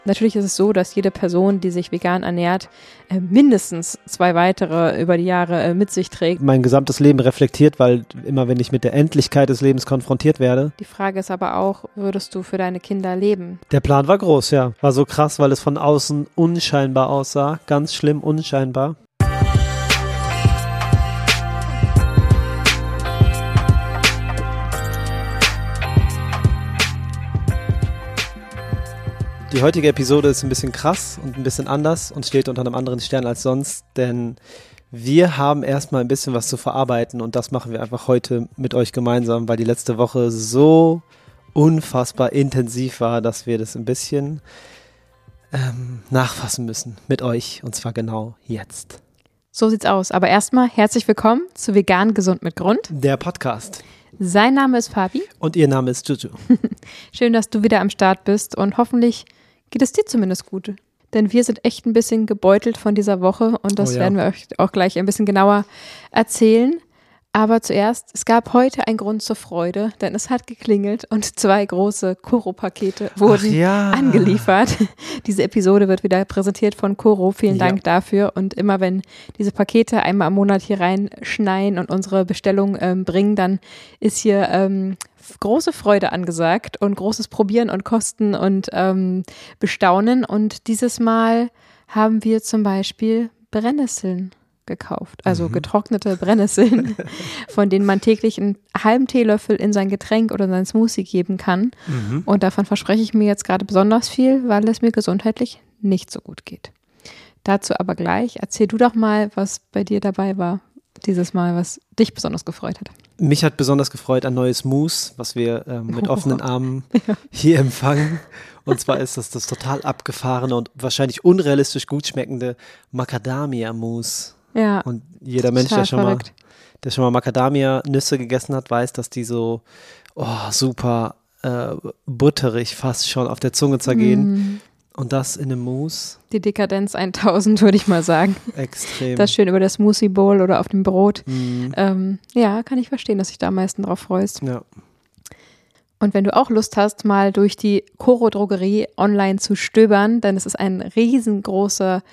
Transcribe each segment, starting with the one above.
Natürlich ist es so, dass jede Person, die sich vegan ernährt, mindestens 2 weitere über die Jahre mit sich trägt. Mein gesamtes Leben reflektiert, weil immer wenn ich mit der Endlichkeit des Lebens konfrontiert werde. Die Frage ist aber auch, würdest du für deine Kinder leben? Der Plan war groß, ja. War so krass, weil es von außen unscheinbar aussah. Ganz schlimm unscheinbar. Die heutige Episode ist ein bisschen krass und ein bisschen anders und steht unter einem anderen Stern als sonst, denn wir haben erstmal ein bisschen was zu verarbeiten und das machen wir einfach heute mit euch gemeinsam, weil die letzte Woche so unfassbar intensiv war, dass wir das ein bisschen nachfassen müssen mit euch und zwar genau jetzt. So sieht's aus, aber erstmal herzlich willkommen zu Vegan Gesund mit Grund. Der Podcast. Sein Name ist Fabi. Und ihr Name ist Juju. Schön, dass du wieder am Start bist und hoffentlich geht es dir zumindest gut. Denn wir sind echt ein bisschen gebeutelt von dieser Woche und das werden wir euch auch gleich ein bisschen genauer erzählen. Aber zuerst, es gab heute einen Grund zur Freude, denn es hat geklingelt und 2 große Koro-Pakete wurden angeliefert. Diese Episode wird wieder präsentiert von Koro. Vielen Dank dafür. Und immer wenn diese Pakete einmal im Monat hier reinschneien und unsere Bestellung bringen, dann ist hier große Freude angesagt und großes Probieren und Kosten und Bestaunen. Und dieses Mal haben wir zum Beispiel Brennnesseln gekauft, also getrocknete Brennnesseln, von denen man täglich einen halben Teelöffel in sein Getränk oder sein Smoothie geben kann. Und davon verspreche ich mir jetzt gerade besonders viel, weil es mir gesundheitlich nicht so gut geht. Dazu aber gleich. Erzähl du doch mal, was bei dir dabei war dieses Mal, was dich besonders gefreut hat. Mich hat besonders gefreut ein neues Mousse, was wir mit offenen Armen hier empfangen. Und zwar ist das total abgefahrene und wahrscheinlich unrealistisch gut schmeckende Macadamia-Mousse. Ja, und jeder Mensch, der schon mal Macadamia-Nüsse gegessen hat, weiß, dass die so super butterig fast schon auf der Zunge zergehen. Und das in einem Mousse. Die Dekadenz 1000, würde ich mal sagen. Extrem. Das schön über der Smoothie Bowl oder auf dem Brot. Ja, kann ich verstehen, dass dich da am meisten drauf freust. Ja. Und wenn du auch Lust hast, mal durch die Koro-Drogerie online zu stöbern, denn es ist ein riesengroßer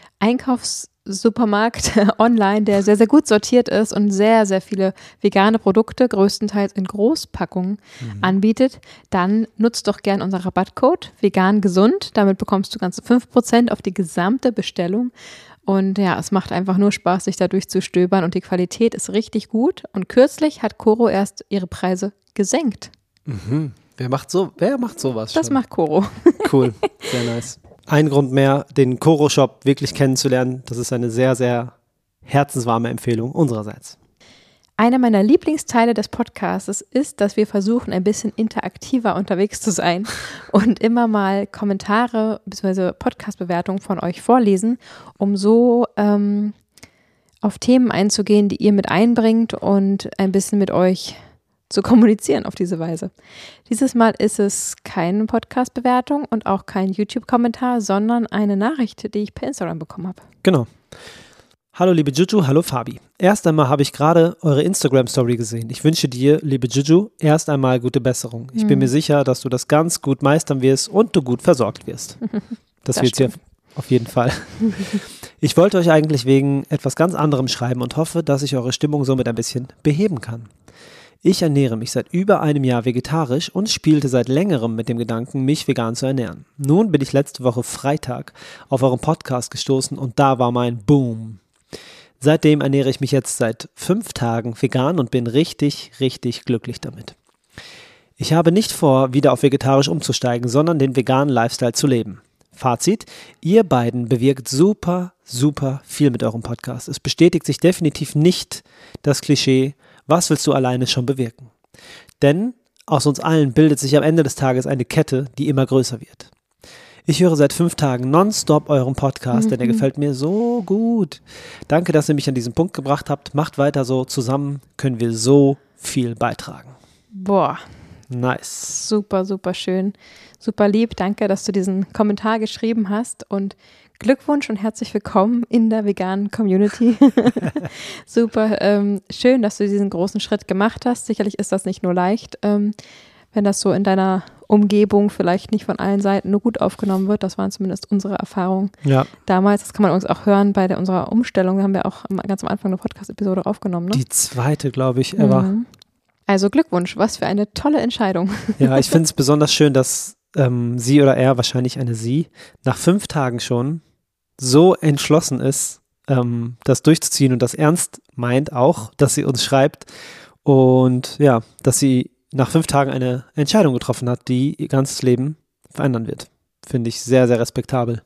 Einkaufssupermarkt online, der sehr, sehr gut sortiert ist und sehr, sehr viele vegane Produkte, größtenteils in Großpackungen, anbietet, dann nutzt doch gern unseren Rabattcode vegan gesund. Damit bekommst du ganze 5% auf die gesamte Bestellung. Und ja, es macht einfach nur Spaß, sich da durchzustöbern und die Qualität ist richtig gut. Und kürzlich hat Koro erst ihre Preise gesenkt. Wer macht sowas schon? Das macht Koro. Cool, sehr nice. Ein Grund mehr, den Koro-Shop wirklich kennenzulernen. Das ist eine sehr, sehr herzenswarme Empfehlung unsererseits. Einer meiner Lieblingsteile des Podcasts ist, dass wir versuchen, ein bisschen interaktiver unterwegs zu sein und immer mal Kommentare bzw. Podcast-Bewertungen von euch vorlesen, um so auf Themen einzugehen, die ihr mit einbringt und ein bisschen mit euch zu kommunizieren auf diese Weise. Dieses Mal ist es keine Podcast-Bewertung und auch kein YouTube-Kommentar, sondern eine Nachricht, die ich per Instagram bekommen habe. Genau. Hallo liebe Juju, hallo Fabi. Erst einmal habe ich gerade eure Instagram-Story gesehen. Ich wünsche dir, liebe Juju, erst einmal gute Besserung. Ich bin mir sicher, dass du das ganz gut meistern wirst und du gut versorgt wirst. Das wird hier auf jeden Fall. Ich wollte euch eigentlich wegen etwas ganz anderem schreiben und hoffe, dass ich eure Stimmung somit ein bisschen beheben kann. Ich ernähre mich seit über einem Jahr vegetarisch und spielte seit längerem mit dem Gedanken, mich vegan zu ernähren. Nun bin ich letzte Woche Freitag auf euren Podcast gestoßen und da war mein Boom. Seitdem ernähre ich mich jetzt seit 5 Tagen vegan und bin richtig, richtig glücklich damit. Ich habe nicht vor, wieder auf vegetarisch umzusteigen, sondern den veganen Lifestyle zu leben. Fazit, ihr beiden bewirkt super, super viel mit eurem Podcast. Es bestätigt sich definitiv nicht das Klischee, was willst du alleine schon bewirken? Denn aus uns allen bildet sich am Ende des Tages eine Kette, die immer größer wird. Ich höre seit 5 Tagen nonstop euren Podcast, denn der gefällt mir so gut. Danke, dass ihr mich an diesen Punkt gebracht habt. Macht weiter so. Zusammen können wir so viel beitragen. Boah. Nice. Super, super schön. Super lieb. Danke, dass du diesen Kommentar geschrieben hast und Glückwunsch und herzlich willkommen in der veganen Community. Super schön, dass du diesen großen Schritt gemacht hast. Sicherlich ist das nicht nur leicht, wenn das so in deiner Umgebung vielleicht nicht von allen Seiten nur gut aufgenommen wird. Das waren zumindest unsere Erfahrungen damals. Das kann man übrigens auch hören bei unserer Umstellung. Da haben wir auch ganz am Anfang eine Podcast-Episode aufgenommen. Ne? Die zweite, glaube ich, ever. Also Glückwunsch, was für eine tolle Entscheidung. Ja, ich finde es besonders schön, dass sie oder er, wahrscheinlich eine sie, nach 5 Tagen schon so entschlossen ist, das durchzuziehen und das ernst meint auch, dass sie uns schreibt und ja, dass sie nach 5 Tagen eine Entscheidung getroffen hat, die ihr ganzes Leben verändern wird. Finde ich sehr, sehr respektabel.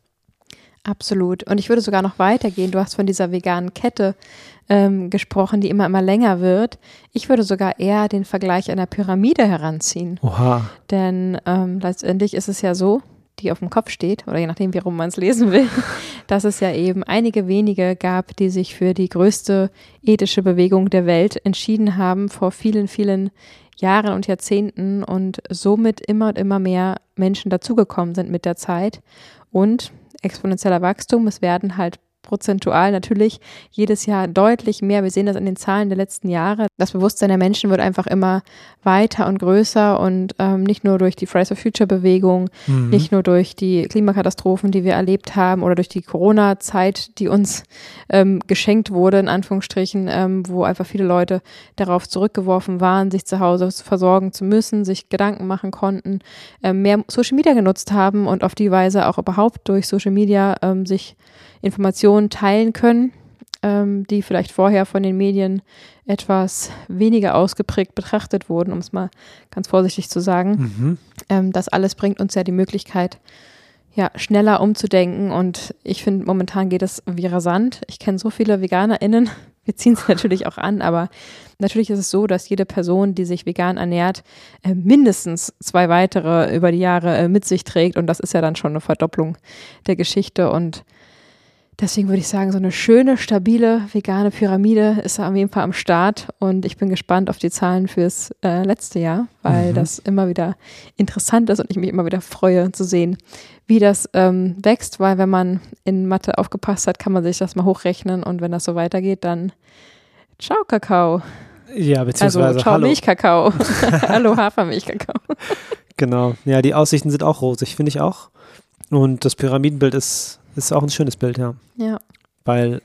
Absolut. Und ich würde sogar noch weitergehen. Du hast von dieser veganen Kette gesprochen, die immer länger wird. Ich würde sogar eher den Vergleich einer Pyramide heranziehen. Oha. Denn letztendlich ist es ja so, die auf dem Kopf steht, oder je nachdem, wie rum man es lesen will, dass es ja eben einige wenige gab, die sich für die größte ethische Bewegung der Welt entschieden haben vor vielen, vielen Jahren und Jahrzehnten und somit immer und immer mehr Menschen dazugekommen sind mit der Zeit und exponentieller Wachstum. Es werden halt prozentual natürlich jedes Jahr deutlich mehr. Wir sehen das in den Zahlen der letzten Jahre. Das Bewusstsein der Menschen wird einfach immer weiter und größer und nicht nur durch die Fridays for Future Bewegung, nicht nur durch die Klimakatastrophen, die wir erlebt haben oder durch die Corona-Zeit, die uns geschenkt wurde, in Anführungsstrichen, wo einfach viele Leute darauf zurückgeworfen waren, sich zu Hause versorgen zu müssen, sich Gedanken machen konnten, mehr Social Media genutzt haben und auf die Weise auch überhaupt durch Social Media sich Informationen teilen können, die vielleicht vorher von den Medien etwas weniger ausgeprägt betrachtet wurden, um es mal ganz vorsichtig zu sagen. Das alles bringt uns ja die Möglichkeit, ja, schneller umzudenken und ich finde, momentan geht es wie rasant. Ich kenne so viele VeganerInnen, wir ziehen es natürlich auch an, aber natürlich ist es so, dass jede Person, die sich vegan ernährt, mindestens 2 weitere über die Jahre mit sich trägt und das ist ja dann schon eine Verdopplung der Geschichte und deswegen würde ich sagen, so eine schöne, stabile, vegane Pyramide ist auf jeden Fall am Start und ich bin gespannt auf die Zahlen fürs letzte Jahr, weil das immer wieder interessant ist und ich mich immer wieder freue zu sehen, wie das wächst, weil wenn man in Mathe aufgepasst hat, kann man sich das mal hochrechnen und wenn das so weitergeht, dann ciao Kakao. Ja, beziehungsweise also, ciao hallo. Milchkakao. Hallo Hafermilchkakao. Genau, ja, die Aussichten sind auch rosig, finde ich auch. Und das Pyramidenbild ist auch ein schönes Bild, ja. Ja. Weil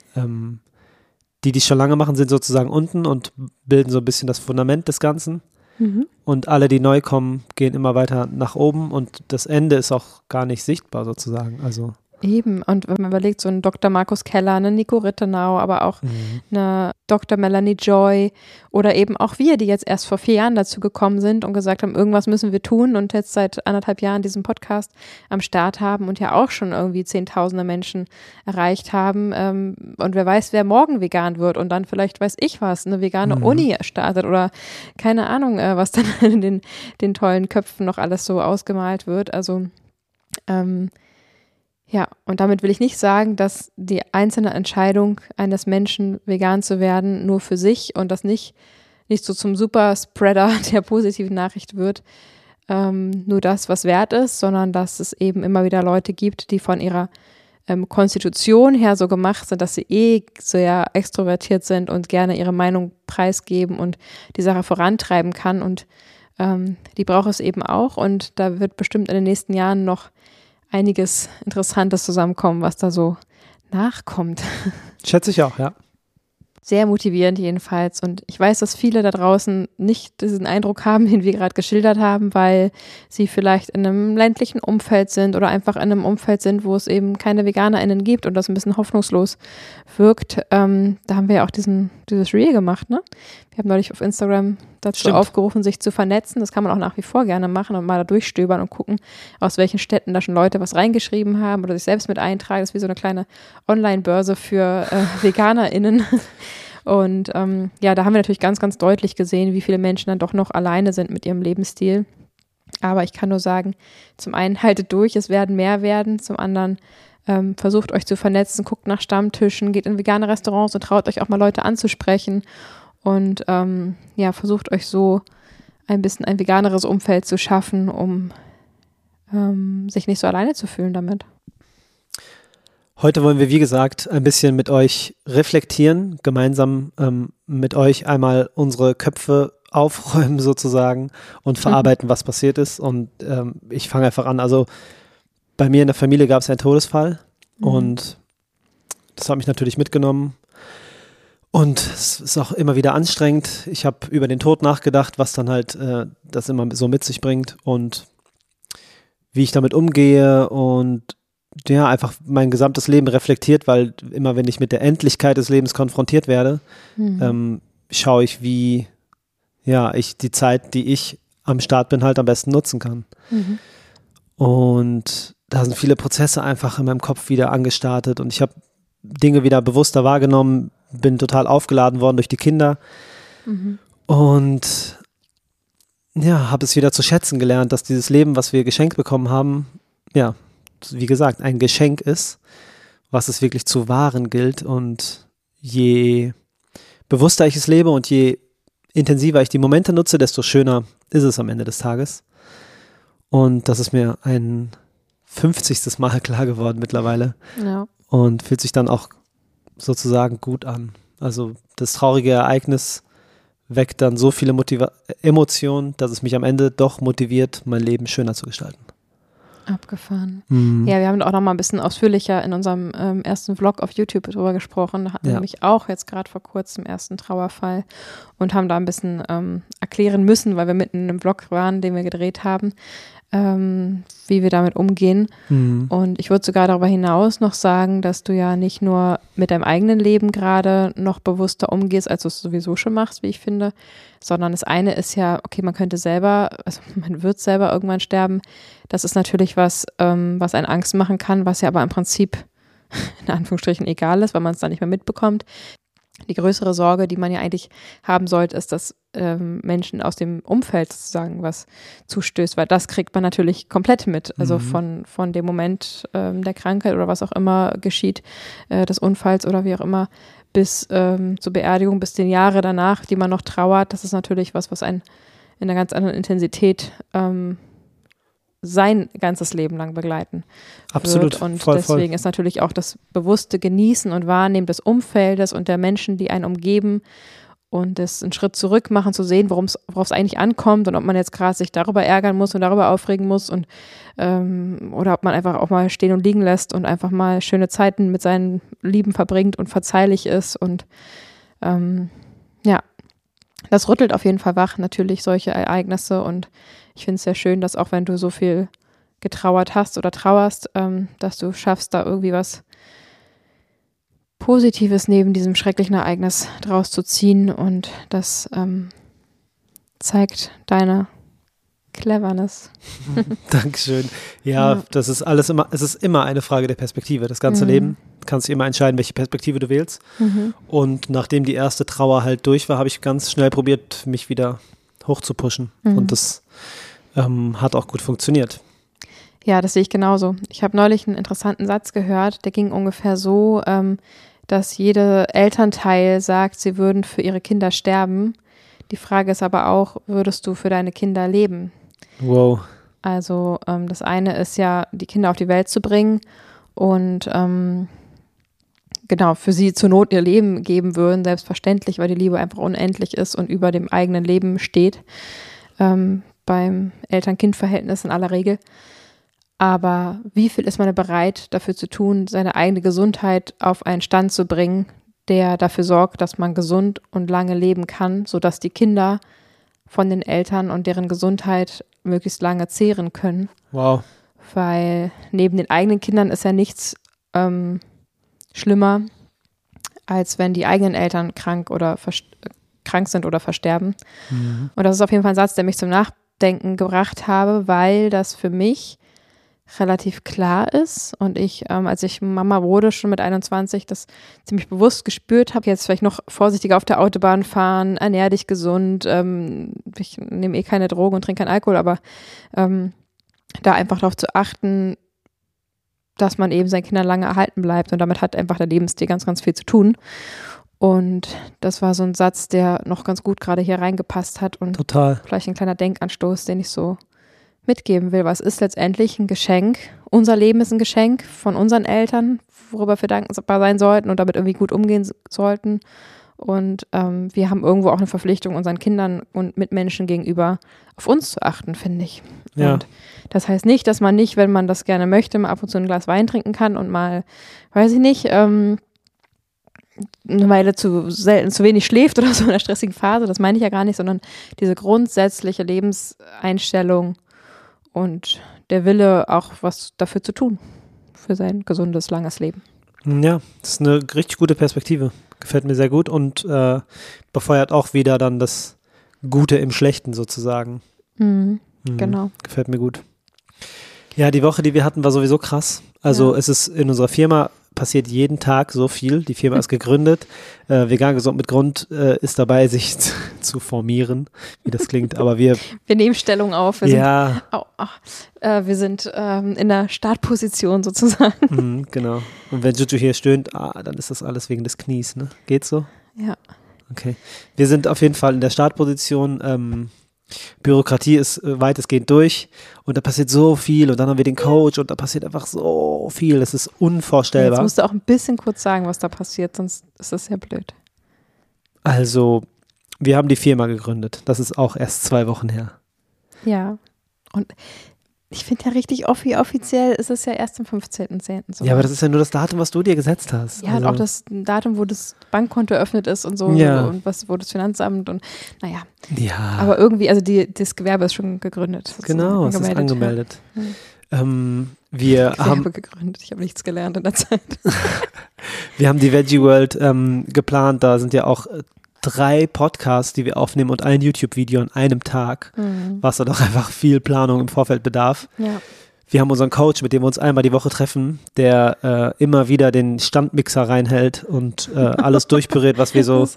die es schon lange machen, sind sozusagen unten und bilden so ein bisschen das Fundament des Ganzen. Und alle, die neu kommen, gehen immer weiter nach oben und das Ende ist auch gar nicht sichtbar sozusagen. Also eben, und wenn man überlegt, so ein Dr. Markus Keller, eine Nico Rittenau, aber auch eine Dr. Melanie Joy oder eben auch wir, die jetzt erst vor 4 Jahren dazu gekommen sind und gesagt haben, irgendwas müssen wir tun und jetzt seit 1,5 Jahren diesen Podcast am Start haben und ja auch schon irgendwie Zehntausende Menschen erreicht haben und wer weiß, wer morgen vegan wird und dann vielleicht, weiß ich was, eine vegane Uni startet oder keine Ahnung, was dann in den tollen Köpfen noch alles so ausgemalt wird, also ja, und damit will ich nicht sagen, dass die einzelne Entscheidung eines Menschen, vegan zu werden, nur für sich und das nicht so zum Superspreader der positiven Nachricht wird, nur das, was wert ist, sondern dass es eben immer wieder Leute gibt, die von ihrer Konstitution her so gemacht sind, dass sie sehr extrovertiert sind und gerne ihre Meinung preisgeben und die Sache vorantreiben kann und die braucht es eben auch und da wird bestimmt in den nächsten Jahren noch einiges Interessantes zusammenkommen, was da so nachkommt. Schätze ich auch, ja. Sehr motivierend jedenfalls und ich weiß, dass viele da draußen nicht diesen Eindruck haben, den wir gerade geschildert haben, weil sie vielleicht in einem ländlichen Umfeld sind oder einfach in einem Umfeld sind, wo es eben keine VeganerInnen gibt und das ein bisschen hoffnungslos wirkt. Da haben wir ja auch dieses Reel gemacht, ne? Wir haben neulich auf Instagram dazu aufgerufen, sich zu vernetzen. Das kann man auch nach wie vor gerne machen und mal da durchstöbern und gucken, aus welchen Städten da schon Leute was reingeschrieben haben oder sich selbst mit eintragen. Das ist wie so eine kleine Online-Börse für VeganerInnen. Und ja, da haben wir natürlich ganz, ganz deutlich gesehen, wie viele Menschen dann doch noch alleine sind mit ihrem Lebensstil. Aber ich kann nur sagen, zum einen haltet durch, es werden mehr werden. Zum anderen versucht euch zu vernetzen, guckt nach Stammtischen, geht in vegane Restaurants und traut euch auch mal Leute anzusprechen. Und ja, versucht euch so ein bisschen ein veganeres Umfeld zu schaffen, um sich nicht so alleine zu fühlen damit. Heute wollen wir, wie gesagt, ein bisschen mit euch reflektieren, gemeinsam mit euch einmal unsere Köpfe aufräumen sozusagen und verarbeiten, was passiert ist. Und ich fange einfach an. Also bei mir in der Familie gab es einen Todesfall und das hat mich natürlich mitgenommen. Und es ist auch immer wieder anstrengend. Ich habe über den Tod nachgedacht, was dann halt das immer so mit sich bringt und wie ich damit umgehe und ja, einfach mein gesamtes Leben reflektiert, weil immer wenn ich mit der Endlichkeit des Lebens konfrontiert werde, schaue ich, wie ich die Zeit, die ich am Start bin, halt am besten nutzen kann. Und da sind viele Prozesse einfach in meinem Kopf wieder angestartet und ich habe Dinge wieder bewusster wahrgenommen, bin total aufgeladen worden durch die Kinder und ja, habe es wieder zu schätzen gelernt, dass dieses Leben, was wir geschenkt bekommen haben, ja, wie gesagt, ein Geschenk ist, was es wirklich zu wahren gilt und je bewusster ich es lebe und je intensiver ich die Momente nutze, desto schöner ist es am Ende des Tages. Und das ist mir ein 50. Mal klar geworden mittlerweile und fühlt sich dann auch sozusagen gut an. Also das traurige Ereignis weckt dann so viele Emotionen, dass es mich am Ende doch motiviert, mein Leben schöner zu gestalten. Abgefahren. Ja, wir haben auch noch mal ein bisschen ausführlicher in unserem ersten Vlog auf YouTube drüber gesprochen. Da hatten wir nämlich auch jetzt gerade vor kurzem ersten Trauerfall und haben da ein bisschen erklären müssen, weil wir mitten in einem Vlog waren, den wir gedreht haben, wie wir damit umgehen. Und ich würde sogar darüber hinaus noch sagen, dass du ja nicht nur mit deinem eigenen Leben gerade noch bewusster umgehst, als du es sowieso schon machst, wie ich finde, sondern das eine ist ja, okay, man könnte selber, also man wird selber irgendwann sterben. Das ist natürlich was, was einen Angst machen kann, was ja aber im Prinzip in Anführungsstrichen egal ist, weil man es dann nicht mehr mitbekommt. Die größere Sorge, die man ja eigentlich haben sollte, ist, dass Menschen aus dem Umfeld sozusagen was zustößt, weil das kriegt man natürlich komplett mit. Also von dem Moment der Krankheit oder was auch immer geschieht, des Unfalls oder wie auch immer, bis zur Beerdigung, bis 10 Jahre danach, die man noch trauert. Das ist natürlich was einen in einer ganz anderen Intensität sein ganzes Leben lang begleiten Absolut, wird. Und voll. Deswegen ist natürlich auch das bewusste Genießen und Wahrnehmen des Umfeldes und der Menschen, die einen umgeben und das einen Schritt zurück machen, zu sehen, worauf es eigentlich ankommt und ob man jetzt gerade sich darüber ärgern muss und darüber aufregen muss und oder ob man einfach auch mal stehen und liegen lässt und einfach mal schöne Zeiten mit seinen Lieben verbringt und verzeihlich ist und das rüttelt auf jeden Fall wach, natürlich solche Ereignisse und ich finde es sehr schön, dass auch wenn du so viel getrauert hast oder trauerst, dass du schaffst, da irgendwie was Positives neben diesem schrecklichen Ereignis draus zu ziehen und das zeigt deine Cleverness. Dankeschön. Ja, das ist alles immer, es ist immer eine Frage der Perspektive. Das ganze Leben kannst du immer entscheiden, welche Perspektive du wählst. Und nachdem die erste Trauer halt durch war, habe ich ganz schnell probiert, mich wieder hochzupushen. Und das hat auch gut funktioniert. Ja, das sehe ich genauso. Ich habe neulich einen interessanten Satz gehört, der ging ungefähr so, dass jeder Elternteil sagt, sie würden für ihre Kinder sterben. Die Frage ist aber auch, würdest du für deine Kinder leben? Wow. Also das eine ist ja, die Kinder auf die Welt zu bringen und genau, für sie zur Not ihr Leben geben würden, selbstverständlich, weil die Liebe einfach unendlich ist und über dem eigenen Leben steht, beim Eltern-Kind-Verhältnis in aller Regel. Aber wie viel ist man bereit, dafür zu tun, seine eigene Gesundheit auf einen Stand zu bringen, der dafür sorgt, dass man gesund und lange leben kann, sodass die Kinder von den Eltern und deren Gesundheit möglichst lange zehren können. Wow. Weil neben den eigenen Kindern ist ja nichts schlimmer, als wenn die eigenen Eltern krank sind oder versterben. Und das ist auf jeden Fall ein Satz, der mich zum Nachdenken gebracht habe, weil das für mich relativ klar ist und ich, als ich Mama wurde, schon mit 21, das ziemlich bewusst gespürt habe, jetzt vielleicht noch vorsichtiger auf der Autobahn fahren, ernähr dich gesund, ich nehme keine Drogen und trinke keinen Alkohol, aber da einfach darauf zu achten, dass man eben seinen Kindern lange erhalten bleibt und damit hat einfach der Lebensstil ganz, ganz viel zu tun. Und das war so ein Satz, der noch ganz gut gerade hier reingepasst hat und Total. Vielleicht ein kleiner Denkanstoß, den ich so mitgeben will, weil es ist letztendlich ein Geschenk. Unser Leben ist ein Geschenk von unseren Eltern, worüber wir dankbar sein sollten und damit irgendwie gut umgehen sollten. Und wir haben irgendwo auch eine Verpflichtung unseren Kindern und Mitmenschen gegenüber auf uns zu achten, finde ich. Ja. Und das heißt nicht, dass man nicht, wenn man das gerne möchte, mal ab und zu ein Glas Wein trinken kann und mal, weiß ich nicht, eine Weile zu wenig schläft oder so in einer stressigen Phase. Das meine ich ja gar nicht, sondern diese grundsätzliche Lebenseinstellung und der Wille, auch was dafür zu tun, für sein gesundes, langes Leben. Ja, das ist eine richtig gute Perspektive. Gefällt mir sehr gut und befeuert auch wieder dann das Gute im Schlechten sozusagen. Genau. Gefällt mir gut. Ja, die Woche, die wir hatten, war sowieso krass. Also es ist in unserer Firma passiert jeden Tag so viel. Die Firma ist gegründet. Vegan Gesund mit Grund ist dabei, sich zu formieren, wie das klingt. Aber wir nehmen Stellung auf. Wir sind in der Startposition sozusagen. Genau. Und wenn Juju hier stöhnt, dann ist das alles wegen des Knies, ne? Geht's so? Ja. Okay. Wir sind auf jeden Fall in der Startposition. Bürokratie ist weitestgehend durch und da passiert so viel und dann haben wir den Coach und da passiert einfach so viel, das ist unvorstellbar. Jetzt musst du auch ein bisschen kurz sagen, was da passiert, sonst ist das ja blöd. Also, wir haben die Firma gegründet, das ist auch erst 2 Wochen her. Ja, und ich finde ja richtig offiziell ist es ja erst am 15.10. So. Ja, aber das ist ja nur das Datum, was du dir gesetzt hast. Ja, und auch das Datum, wo das Bankkonto eröffnet ist und so und wo das Finanzamt und naja. Ja. Aber irgendwie, also das Gewerbe ist schon gegründet. Genau, es ist angemeldet. Ja. Wir haben gegründet, ich habe nichts gelernt in der Zeit. Wir haben die Veggie World geplant, da sind ja auch 3 Podcasts, die wir aufnehmen und ein YouTube-Video an einem Tag, was da doch einfach viel Planung im Vorfeld bedarf. Ja. Wir haben unseren Coach, mit dem wir uns einmal die Woche treffen, der immer wieder den Standmixer reinhält und alles durchpüriert, was wir so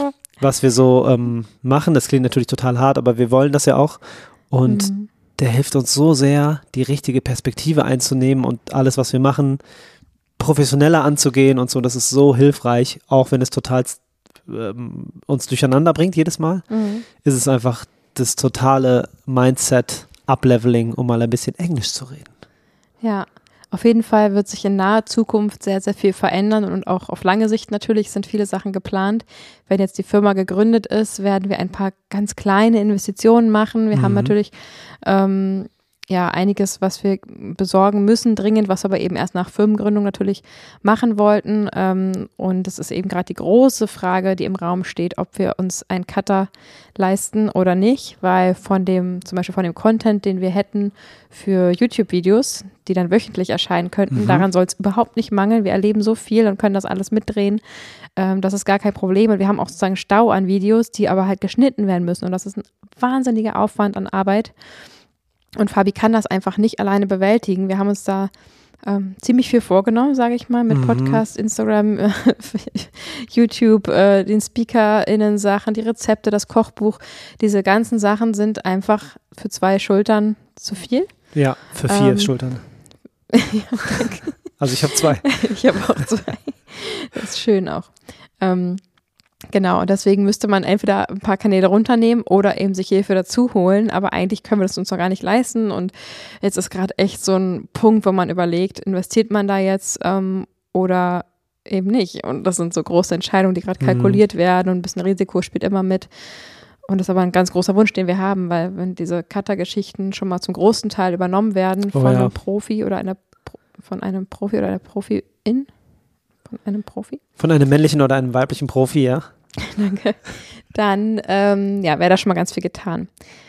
machen. Das klingt natürlich total hart, aber wir wollen das ja auch. Und der hilft uns so sehr, die richtige Perspektive einzunehmen und alles, was wir machen, professioneller anzugehen und so. Das ist so hilfreich, auch wenn es total uns durcheinander bringt jedes Mal, ist es einfach das totale Mindset-Upleveling, um mal ein bisschen Englisch zu reden. Ja, auf jeden Fall wird sich in naher Zukunft sehr, sehr viel verändern und auch auf lange Sicht natürlich sind viele Sachen geplant. Wenn jetzt die Firma gegründet ist, werden wir ein paar ganz kleine Investitionen machen. Wir haben natürlich einiges, was wir besorgen müssen, dringend, was wir aber eben erst nach Firmengründung natürlich machen wollten. Und es ist eben gerade die große Frage, die im Raum steht, ob wir uns einen Cutter leisten oder nicht, weil zum Beispiel von dem Content, den wir hätten für YouTube-Videos, die dann wöchentlich erscheinen könnten, daran soll es überhaupt nicht mangeln. Wir erleben so viel und können das alles mitdrehen. Das ist gar kein Problem. Und wir haben auch sozusagen Stau an Videos, die aber halt geschnitten werden müssen. Und das ist ein wahnsinniger Aufwand an Arbeit. Und Fabi kann das einfach nicht alleine bewältigen. Wir haben uns da ziemlich viel vorgenommen, sage ich mal, mit Podcast, Instagram, YouTube, den SpeakerInnen-Sachen, die Rezepte, das Kochbuch. Diese ganzen Sachen sind einfach für 2 Schultern zu viel. Ja, für 4 Schultern. Ja, danke. Also ich habe 2. Ich habe auch 2. Das ist schön auch. Genau, und deswegen müsste man entweder ein paar Kanäle runternehmen oder eben sich Hilfe dazu holen, aber eigentlich können wir das uns noch gar nicht leisten und jetzt ist gerade echt so ein Punkt, wo man überlegt, investiert man da jetzt oder eben nicht und das sind so große Entscheidungen, die gerade kalkuliert werden und ein bisschen Risiko spielt immer mit und das ist aber ein ganz großer Wunsch, den wir haben, weil wenn diese Cutter-Geschichten schon mal zum großen Teil übernommen werden von einem Profi oder einer Profiin, von einem Profi? Von einem männlichen oder einem weiblichen Profi, ja. Danke. Dann wäre da schon mal ganz viel getan.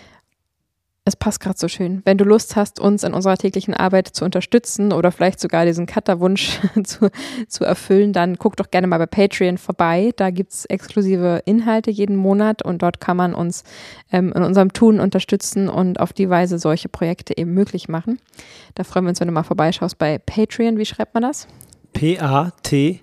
Es passt gerade so schön. Wenn du Lust hast, uns in unserer täglichen Arbeit zu unterstützen oder vielleicht sogar diesen Cutter-Wunsch zu erfüllen, dann guck doch gerne mal bei Patreon vorbei. Da gibt es exklusive Inhalte jeden Monat und dort kann man uns in unserem Tun unterstützen und auf die Weise solche Projekte eben möglich machen. Da freuen wir uns, wenn du mal vorbeischaust bei Patreon. Wie schreibt man das? Patreon.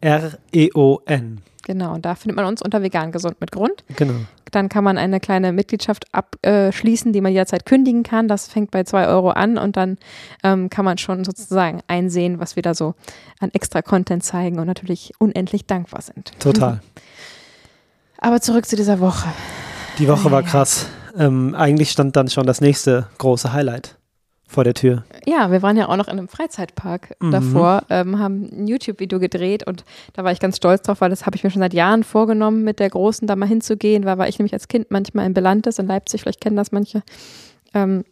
Genau, und da findet man uns unter Vegan Gesund mit Grund. Genau. Dann kann man eine kleine Mitgliedschaft abschließen, die man jederzeit kündigen kann. Das fängt bei 2 Euro an und dann kann man schon sozusagen einsehen, was wir da so an extra Content zeigen und natürlich unendlich dankbar sind. Total. Aber zurück zu dieser Woche. Die Woche war krass. Eigentlich stand dann schon das nächste große Highlight vor der Tür. Ja, wir waren ja auch noch in einem Freizeitpark davor, haben ein YouTube-Video gedreht und da war ich ganz stolz drauf, weil das habe ich mir schon seit Jahren vorgenommen, mit der Großen da mal hinzugehen, weil war ich nämlich als Kind manchmal in Belantes in Leipzig, vielleicht kennen das manche. Und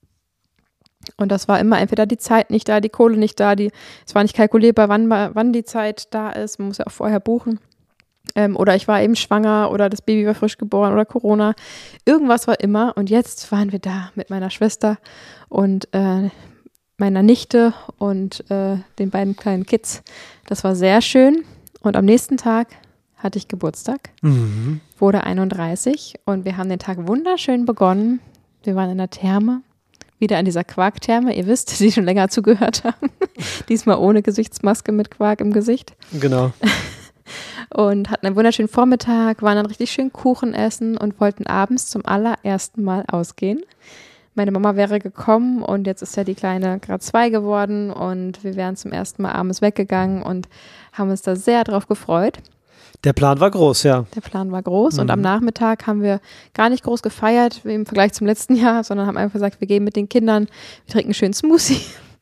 das war immer entweder die Zeit nicht da, die Kohle nicht da, es war nicht kalkulierbar, wann die Zeit da ist, man muss ja auch vorher buchen. Oder ich war eben schwanger oder das Baby war frisch geboren oder Corona. Irgendwas war immer. Und jetzt waren wir da mit meiner Schwester und meiner Nichte und den beiden kleinen Kids. Das war sehr schön. Und am nächsten Tag hatte ich Geburtstag, wurde 31 und wir haben den Tag wunderschön begonnen. Wir waren in der Therme, wieder in dieser Quarktherme. Ihr wisst, die schon länger zugehört haben. Diesmal ohne Gesichtsmaske mit Quark im Gesicht. Genau. Und hatten einen wunderschönen Vormittag, waren dann richtig schön Kuchen essen und wollten abends zum allerersten Mal ausgehen. Meine Mama wäre gekommen und jetzt ist ja die Kleine gerade 2 geworden und wir wären zum ersten Mal abends weggegangen und haben uns da sehr drauf gefreut. Der Plan war groß, ja. Der Plan war groß und am Nachmittag haben wir gar nicht groß gefeiert im Vergleich zum letzten Jahr, sondern haben einfach gesagt, wir gehen mit den Kindern, wir trinken einen schönen Smoothie.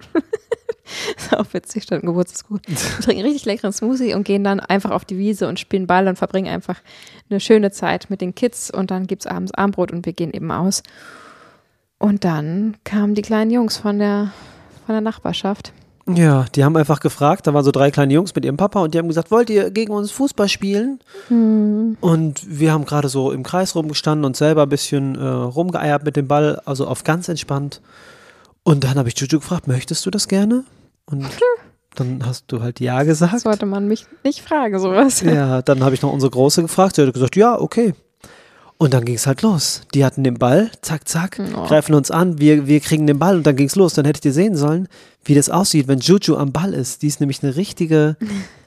Das ist auch witzig, statt ein Geburtstagskuchen. Wir trinken einen richtig leckeren Smoothie und gehen dann einfach auf die Wiese und spielen Ball und verbringen einfach eine schöne Zeit mit den Kids und dann gibt es abends Abendbrot und wir gehen eben aus. Und dann kamen die kleinen Jungs von der Nachbarschaft. Ja, die haben einfach gefragt, da waren so 3 kleine Jungs mit ihrem Papa und die haben gesagt, wollt ihr gegen uns Fußball spielen? Und wir haben gerade so im Kreis rumgestanden und selber ein bisschen rumgeeiert mit dem Ball, also auf ganz entspannt. Und dann habe ich Juju gefragt, möchtest du das gerne? Und dann hast du halt ja gesagt. Sollte man mich nicht fragen, sowas. Ja, dann habe ich noch unsere Große gefragt, sie hat gesagt, ja, okay. Und dann ging es halt los. Die hatten den Ball, zack, zack, greifen uns an, wir kriegen den Ball und dann ging es los. Dann hätte ich dir sehen sollen, wie das aussieht, wenn Juju am Ball ist. Die ist nämlich eine richtige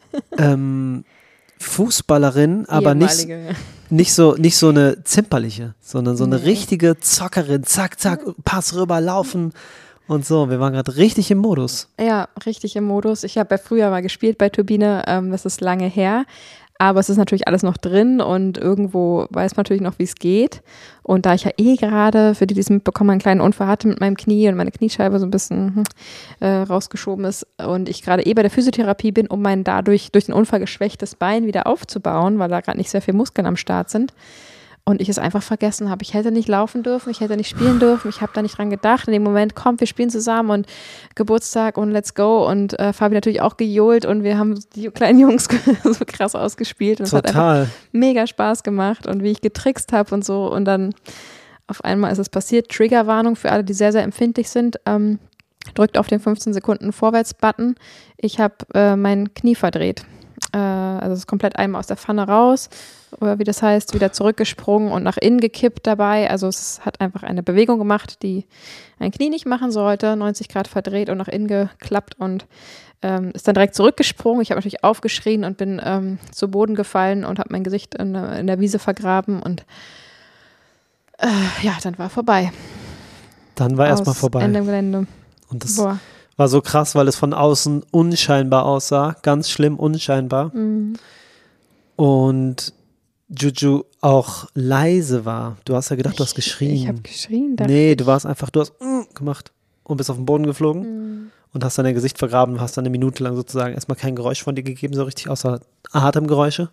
Fußballerin, aber nicht so eine zimperliche, sondern so eine richtige Zockerin, zack, zack, Pass rüber, laufen und so. Wir waren gerade richtig im Modus. Ja, richtig im Modus. Ich habe ja früher mal gespielt bei Turbine, das ist lange her. Aber es ist natürlich alles noch drin und irgendwo weiß man natürlich noch, wie es geht. Und da ich ja gerade, für die es mitbekommen, einen kleinen Unfall hatte mit meinem Knie und meine Kniescheibe so ein bisschen rausgeschoben ist und ich gerade bei der Physiotherapie bin, um mein dadurch durch den Unfall geschwächtes Bein wieder aufzubauen, weil da gerade nicht sehr viele Muskeln am Start sind. Und ich es einfach vergessen habe. Ich hätte nicht laufen dürfen, ich hätte nicht spielen dürfen, ich habe da nicht dran gedacht. In dem Moment, komm, wir spielen zusammen und Geburtstag und let's go. Und Fabi natürlich auch gejohlt und wir haben die kleinen Jungs so krass ausgespielt. Und es hat einfach mega Spaß gemacht und wie ich getrickst habe und so. Und dann auf einmal ist es passiert. Triggerwarnung für alle, die sehr, sehr empfindlich sind. Drückt auf den 15 Sekunden Vorwärts-Button. Ich habe mein Knie verdreht. Also es ist komplett einmal aus der Pfanne raus, oder wie das heißt, wieder zurückgesprungen und nach innen gekippt dabei. Also es hat einfach eine Bewegung gemacht, die ein Knie nicht machen sollte, 90 Grad verdreht und nach innen geklappt und ist dann direkt zurückgesprungen. Ich habe natürlich aufgeschrien und bin zu Boden gefallen und habe mein Gesicht in der Wiese vergraben und dann war vorbei. Dann war erstmal vorbei. Ende im Gelände. Und das war so krass, weil es von außen unscheinbar aussah. Ganz schlimm unscheinbar. Und Juju auch leise war. Du hast ja gedacht, du hast geschrien. Ich habe geschrien. Nee, du hast gemacht und bist auf den Boden geflogen und hast dann dein Gesicht vergraben und hast dann eine Minute lang sozusagen erstmal kein Geräusch von dir gegeben, so richtig, außer Atemgeräusche.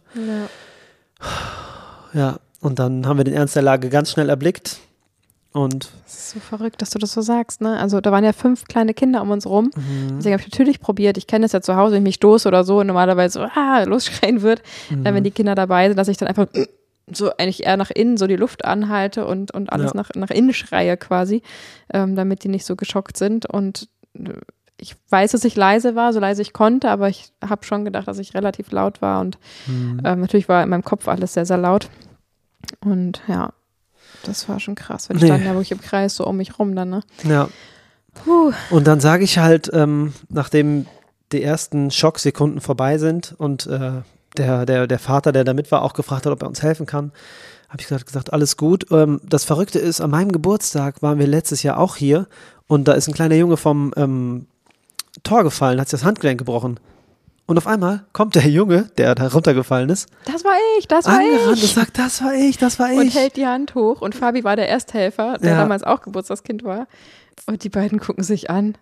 Ja, und dann haben wir den Ernst der Lage ganz schnell erblickt. Und das ist so verrückt, dass du das so sagst, ne? Also da waren ja 5 kleine Kinder um uns rum. Deswegen habe ich natürlich probiert. Ich kenne das ja zu Hause, wenn ich mich stoße oder so und normalerweise so losschreien wird, wenn die Kinder dabei sind, dass ich dann einfach so eigentlich eher nach innen so die Luft anhalte und alles nach innen schreie quasi, damit die nicht so geschockt sind. Und ich weiß, dass ich leise war, so leise ich konnte, aber ich habe schon gedacht, dass ich relativ laut war und natürlich war in meinem Kopf alles sehr, sehr laut. Und ja, das war schon krass. Wir standen ja wirklich im Kreis so um mich rum dann, ne? Ja. Und dann sage ich halt, nachdem die ersten Schocksekunden vorbei sind und der Vater, der da mit war, auch gefragt hat, ob er uns helfen kann, habe ich gesagt, alles gut. Das Verrückte ist, an meinem Geburtstag waren wir letztes Jahr auch hier und da ist ein kleiner Junge vom Tor gefallen, hat sich das Handgelenk gebrochen. Und auf einmal kommt der Junge, der da runtergefallen ist. Das war ich. Und sagt, das war ich. Und hält die Hand hoch. Und Fabi war der Ersthelfer, der damals auch Geburtstagskind war. Und die beiden gucken sich an.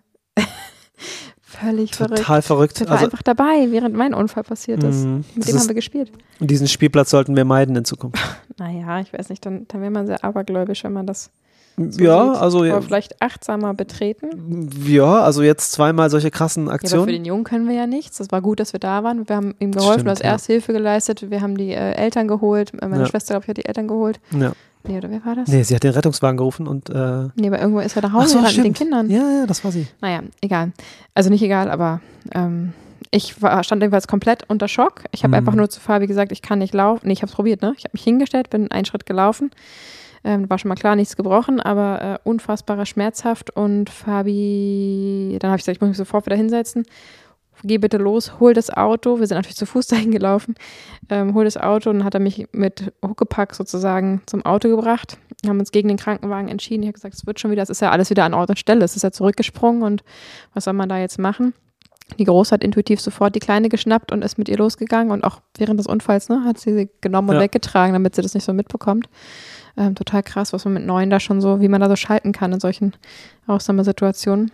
Völlig verrückt. Total verrückt. Ich war einfach dabei, während mein Unfall passiert ist. Mit dem haben wir gespielt. Und diesen Spielplatz sollten wir meiden in Zukunft. Naja, ich weiß nicht, dann wäre man sehr abergläubisch, wenn man das so sieht. Aber vielleicht achtsamer betreten. Ja, also jetzt zweimal solche krassen Aktionen. Ja, aber für den Jungen können wir ja nichts. Das war gut, dass wir da waren. Wir haben ihm geholfen, du hast Ersthilfe geleistet. Wir haben die Eltern geholt. Meine Schwester, glaube ich, hat die Eltern geholt. Ja. Nee, oder wer war das? Nee, sie hat den Rettungswagen gerufen und nee, aber irgendwo ist er nach Hause gerannt mit den Kindern. Ja, das war sie. Naja, egal. Also nicht egal, aber ich stand jedenfalls komplett unter Schock. Ich habe einfach nur zu Fabi gesagt, ich kann nicht laufen. Nee, ich habe es probiert, ne? Ich habe mich hingestellt, bin einen Schritt gelaufen. War schon mal klar, nichts gebrochen, aber unfassbarer schmerzhaft. Und Fabi, dann habe ich gesagt, ich muss mich sofort wieder hinsetzen. Geh bitte los, hol das Auto. Wir sind natürlich zu Fuß dahin gelaufen. Hol das Auto, und dann hat er mich mit Huckepack sozusagen zum Auto gebracht. Wir haben uns gegen den Krankenwagen entschieden. Ich habe gesagt, es wird schon wieder, es ist ja alles wieder an Ort und Stelle. Es ist ja zurückgesprungen, und was soll man da jetzt machen? Die Große hat intuitiv sofort die Kleine geschnappt und ist mit ihr losgegangen, und auch während des Unfalls, ne, hat sie genommen und weggetragen, damit sie das nicht so mitbekommt. Total krass, was man mit 9 da schon so, wie man da so schalten kann in solchen Ausnahmesituationen.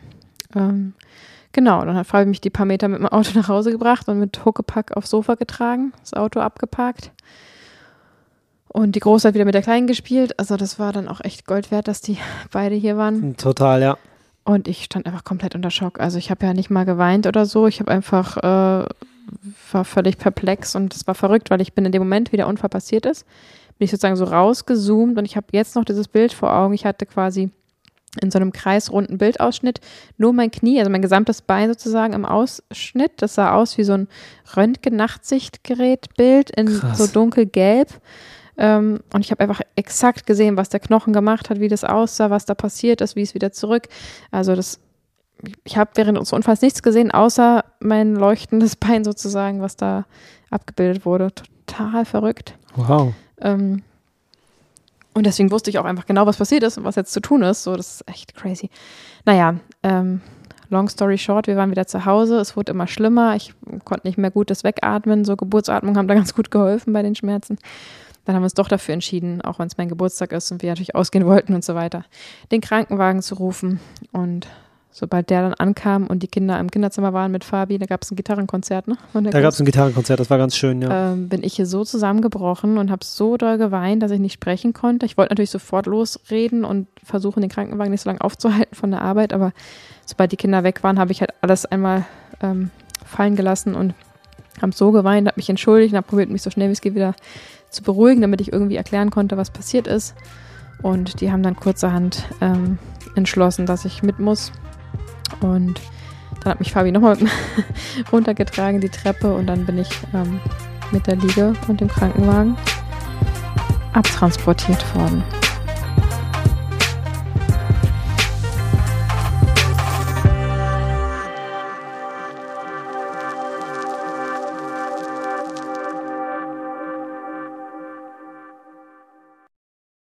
Genau, dann hat Fabi mich die paar Meter mit dem Auto nach Hause gebracht und mit Huckepack aufs Sofa getragen, das Auto abgeparkt. Und die Große hat wieder mit der Kleinen gespielt. Also das war dann auch echt Gold wert, dass die beide hier waren. Total, ja. Und ich stand einfach komplett unter Schock. Also ich habe ja nicht mal geweint oder so. Ich habe einfach, war völlig perplex, und es war verrückt, weil ich bin in dem Moment, wie der Unfall passiert ist, bin ich sozusagen so rausgezoomt, und ich habe jetzt noch dieses Bild vor Augen. Ich hatte quasi in so einem kreisrunden Bildausschnitt nur mein Knie, also mein gesamtes Bein sozusagen im Ausschnitt. Das sah aus wie so ein Röntgen-Nachtsichtgerät-Bild in so dunkelgelb. Und ich habe einfach exakt gesehen, was der Knochen gemacht hat, wie das aussah, was da passiert ist, wie es wieder zurück. Also ich habe während des Unfalls nichts gesehen, außer mein leuchtendes Bein sozusagen, was da abgebildet wurde. Total verrückt. Wow. Und deswegen wusste ich auch einfach genau, was passiert ist und was jetzt zu tun ist. So, das ist echt crazy. Naja, long story short, wir waren wieder zu Hause. Es wurde immer schlimmer. Ich konnte nicht mehr gut das Wegatmen. So Geburtsatmung haben da ganz gut geholfen bei den Schmerzen. Dann haben wir uns doch dafür entschieden, auch wenn es mein Geburtstag ist und wir natürlich ausgehen wollten und so weiter, den Krankenwagen zu rufen. Und sobald der dann ankam und die Kinder im Kinderzimmer waren mit Fabi, da gab es ein Gitarrenkonzert, ne? Da gab es ein Gitarrenkonzert, das war ganz schön, ja. Bin ich hier so zusammengebrochen und habe so doll geweint, dass ich nicht sprechen konnte. Ich wollte natürlich sofort losreden und versuchen, den Krankenwagen nicht so lange aufzuhalten von der Arbeit, aber sobald die Kinder weg waren, habe ich halt alles einmal fallen gelassen und habe so geweint, habe mich entschuldigt und habe probiert, mich so schnell wie es geht wieder zu beruhigen, damit ich irgendwie erklären konnte, was passiert ist. Und die haben dann kurzerhand entschlossen, dass ich mit muss. Und dann hat mich Fabi nochmal runtergetragen, die Treppe, und dann bin ich mit der Liege und dem Krankenwagen abtransportiert worden.